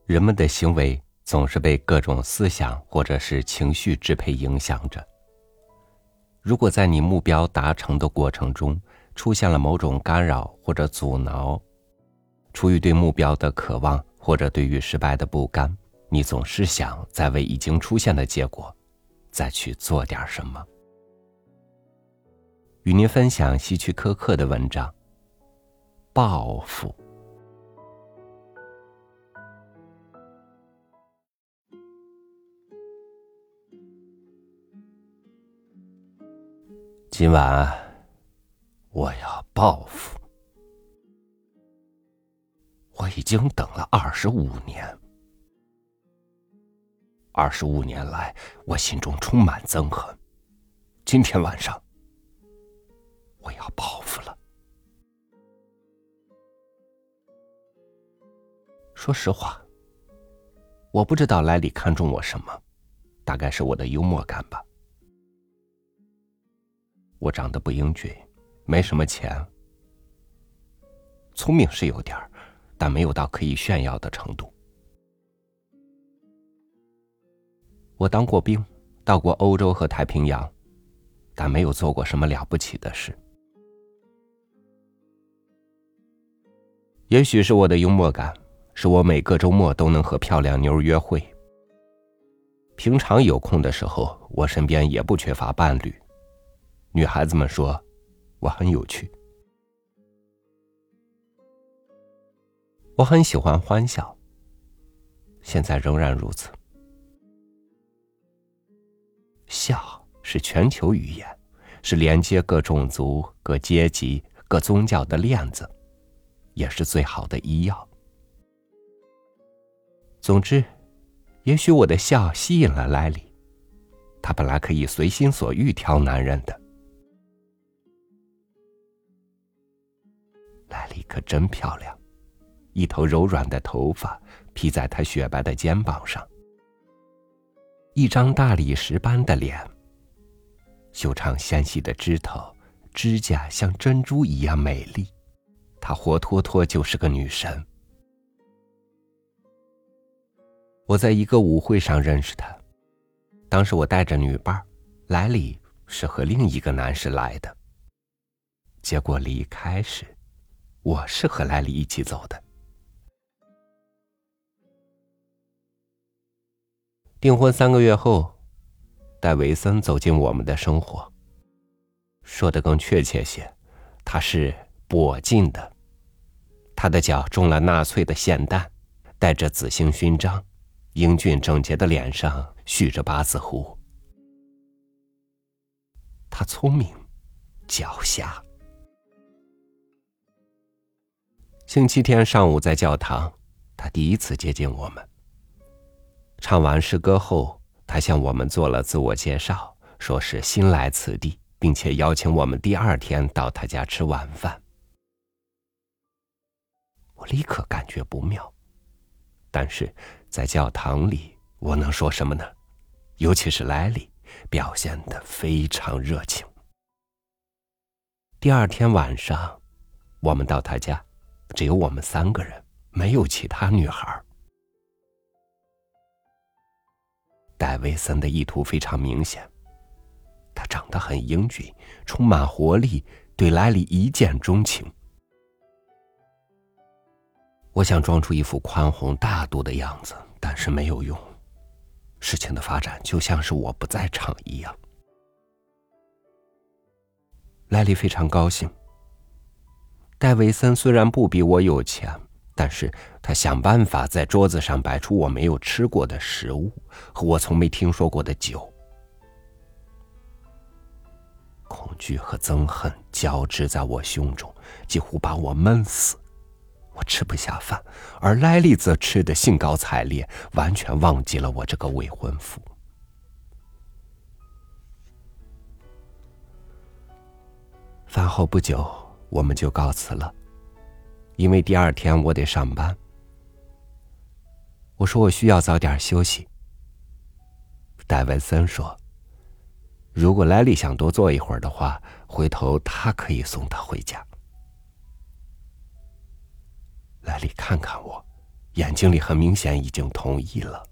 人们的行为总是被各种思想或者是情绪支配影响着。如果在你目标达成的过程中出现了某种干扰或者阻挠，出于对目标的渴望或者对于失败的不甘，你总是想再为已经出现的结果再去做点什么。与您分享希区柯克的文章《报复》。今晚我要报复。我已经等了25年，25年来我心中充满憎恨。今天晚上我要报复了。说实话，我不知道莱里看中我什么，大概是我的幽默感吧。我长得不英俊，没什么钱，聪明是有点儿，但没有到可以炫耀的程度。我当过兵，到过欧洲和太平洋，但没有做过什么了不起的事。也许是我的幽默感，使我每个周末都能和漂亮妞约会。平常有空的时候，我身边也不缺乏伴侣。女孩子们说我很有趣。我很喜欢欢笑，现在仍然如此。笑是全球语言，是连接各种族、各阶级、各宗教的链子，也是最好的医药。总之，也许我的笑吸引了莱里，他本来可以随心所欲挑男人的。莱里可真漂亮，一头柔软的头发披在她雪白的肩膀上，一张大理石般的脸，修长纤细的指头，指甲像珍珠一样美丽，她活脱脱就是个女神。我在一个舞会上认识她，当时我带着女伴，莱里是和另一个男士来的。结果离开时，我是和莱里一起走的。订婚3个月后，戴维森走进我们的生活。说得更确切些，他是跛进的。他的脚中了纳粹的霰弹，带着紫星勋章，英俊整洁的脸上蓄着八字胡。他聪明，狡黠。星期天上午在教堂，他第一次接近我们。唱完诗歌后，他向我们做了自我介绍，说是新来此地，并且邀请我们第2天到他家吃晚饭。我立刻感觉不妙，但是在教堂里，我能说什么呢？尤其是莱里表现得非常热情。第2天晚上，我们到他家，只有我们3个人，没有其他女孩。戴维森的意图非常明显，他长得很英俊，充满活力，对莱里一见钟情。我想装出一副宽宏大度的样子，但是没有用。事情的发展就像是我不在场一样。莱里非常高兴。戴维森虽然不比我有钱，但是他想办法在桌子上摆出我没有吃过的食物和我从没听说过的酒。恐惧和憎恨交织在我胸中，几乎把我闷死。我吃不下饭，而莱利则吃得兴高采烈，完全忘记了我这个未婚夫。饭后不久，我们就告辞了，因为第2天我得上班。我说我需要早点休息。戴文森说，如果莱利想多坐一会儿的话，回头他可以送他回家。莱利看看我， 眼睛里很明显已经同意了。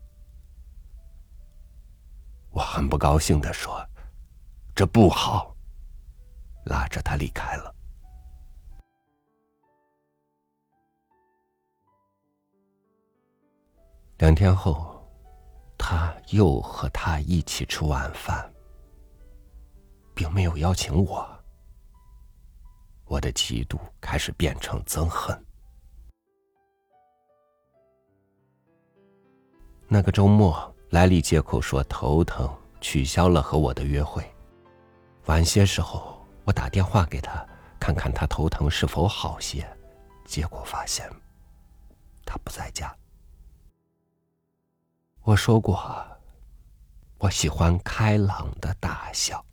我很不高兴地说：“这不好。”拉着他离开了。2天后，他又和他一起吃晚饭，并没有邀请我。我的嫉妒开始变成憎恨。那个周末，莱利借口说头疼，取消了和我的约会。晚些时候，我打电话给他，看看他头疼是否好些，结果发现他不在家。我说过，我喜欢开朗的大笑。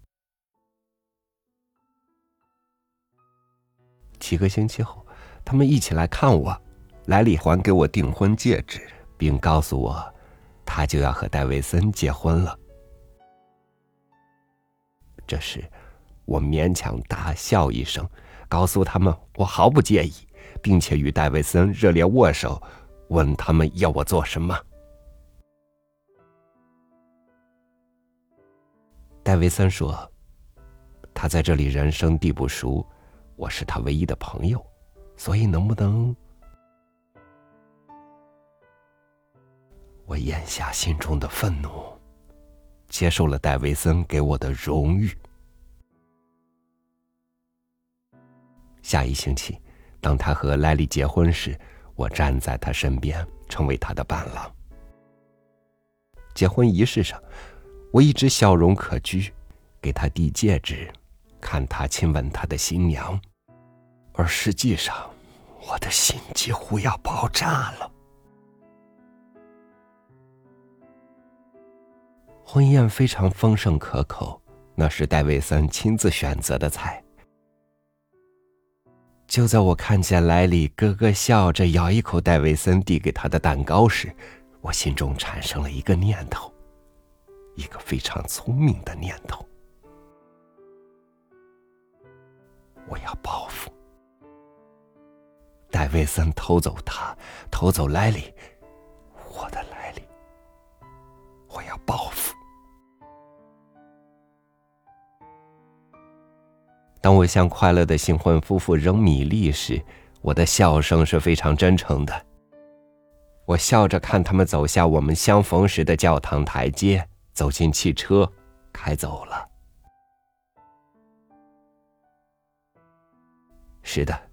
几个星期后，他们一起来看我，莱利还给我订婚戒指，并告诉我，他就要和戴维森结婚了。这时，我勉强大笑一声，告诉他们我毫不介意，并且与戴维森热烈握手，问他们要我做什么。戴维森说，他在这里人生地不熟，我是他唯一的朋友，所以能不能……我咽下心中的愤怒，接受了戴维森给我的荣誉。下一星期，当他和莱利结婚时，我站在他身边，成为他的伴郎。结婚仪式上，我一直笑容可掬，给他递戒指，看他亲吻他的新娘，而实际上，我的心几乎要爆炸了。婚宴非常丰盛可口，那是戴维森亲自选择的菜。就在我看见莱利咯咯笑着咬一口戴维森递给他的蛋糕时，我心中产生了一个念头，一个非常聪明的念头。我要报复。戴维森偷走他，偷走莱利，我的莱利，我要报复。当我向快乐的新婚夫妇扔米粒时，我的笑声是非常真诚的。我笑着看他们走下我们相逢时的教堂台阶，走进汽车，开走了。是的，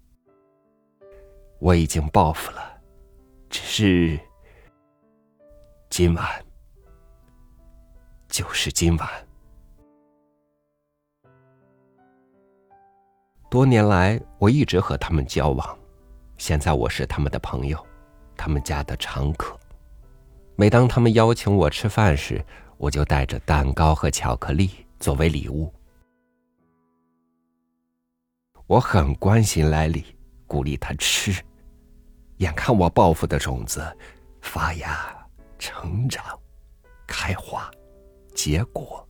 我已经报复了，只是今晚，就是今晚。多年来，我一直和他们交往，现在我是他们的朋友，他们家的常客。每当他们邀请我吃饭时，我就带着蛋糕和巧克力作为礼物。我很关心莱利，鼓励他吃，眼看我报复的种子发芽、成长、开花、结果。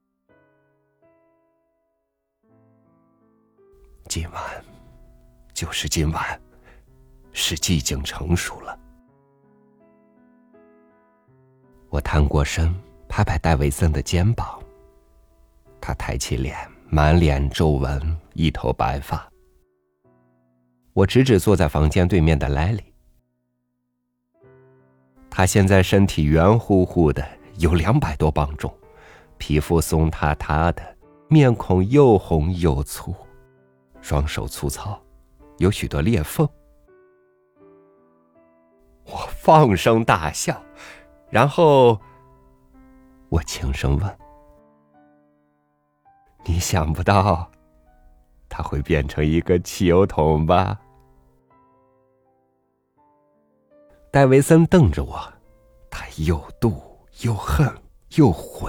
今晚，就是今晚，时机已经成熟了。我探过身，拍拍戴维森的肩膀，他抬起脸，满脸皱纹，一头白发。我指指坐在房间对面的莱利，他现在身体圆乎乎的，有200多磅重，皮肤松塌塌的，面孔又红又粗，双手粗糙，有许多裂缝。我放声大笑，然后我轻声问：“你想不到他会变成一个汽油桶吧？”戴维森瞪着我，他又妒又恨又悔。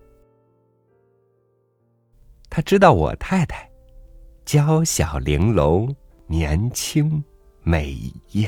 他知道我太太娇小玲珑，年轻美艳。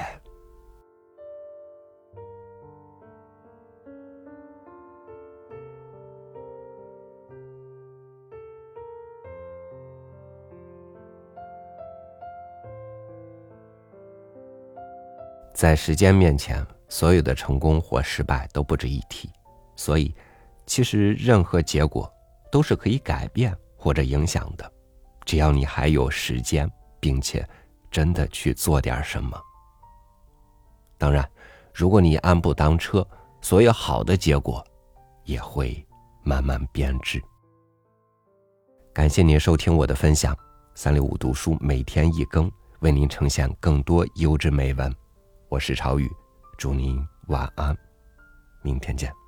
在时间面前，所有的成功或失败都不值一提，所以其实任何结果都是可以改变或者影响的，只要你还有时间，并且真的去做点什么。当然，如果你按部当车，所有好的结果也会慢慢编织。感谢您收听我的分享，365读书每天一更，为您呈现更多优质美文。我是朝宇，祝您晚安，明天见。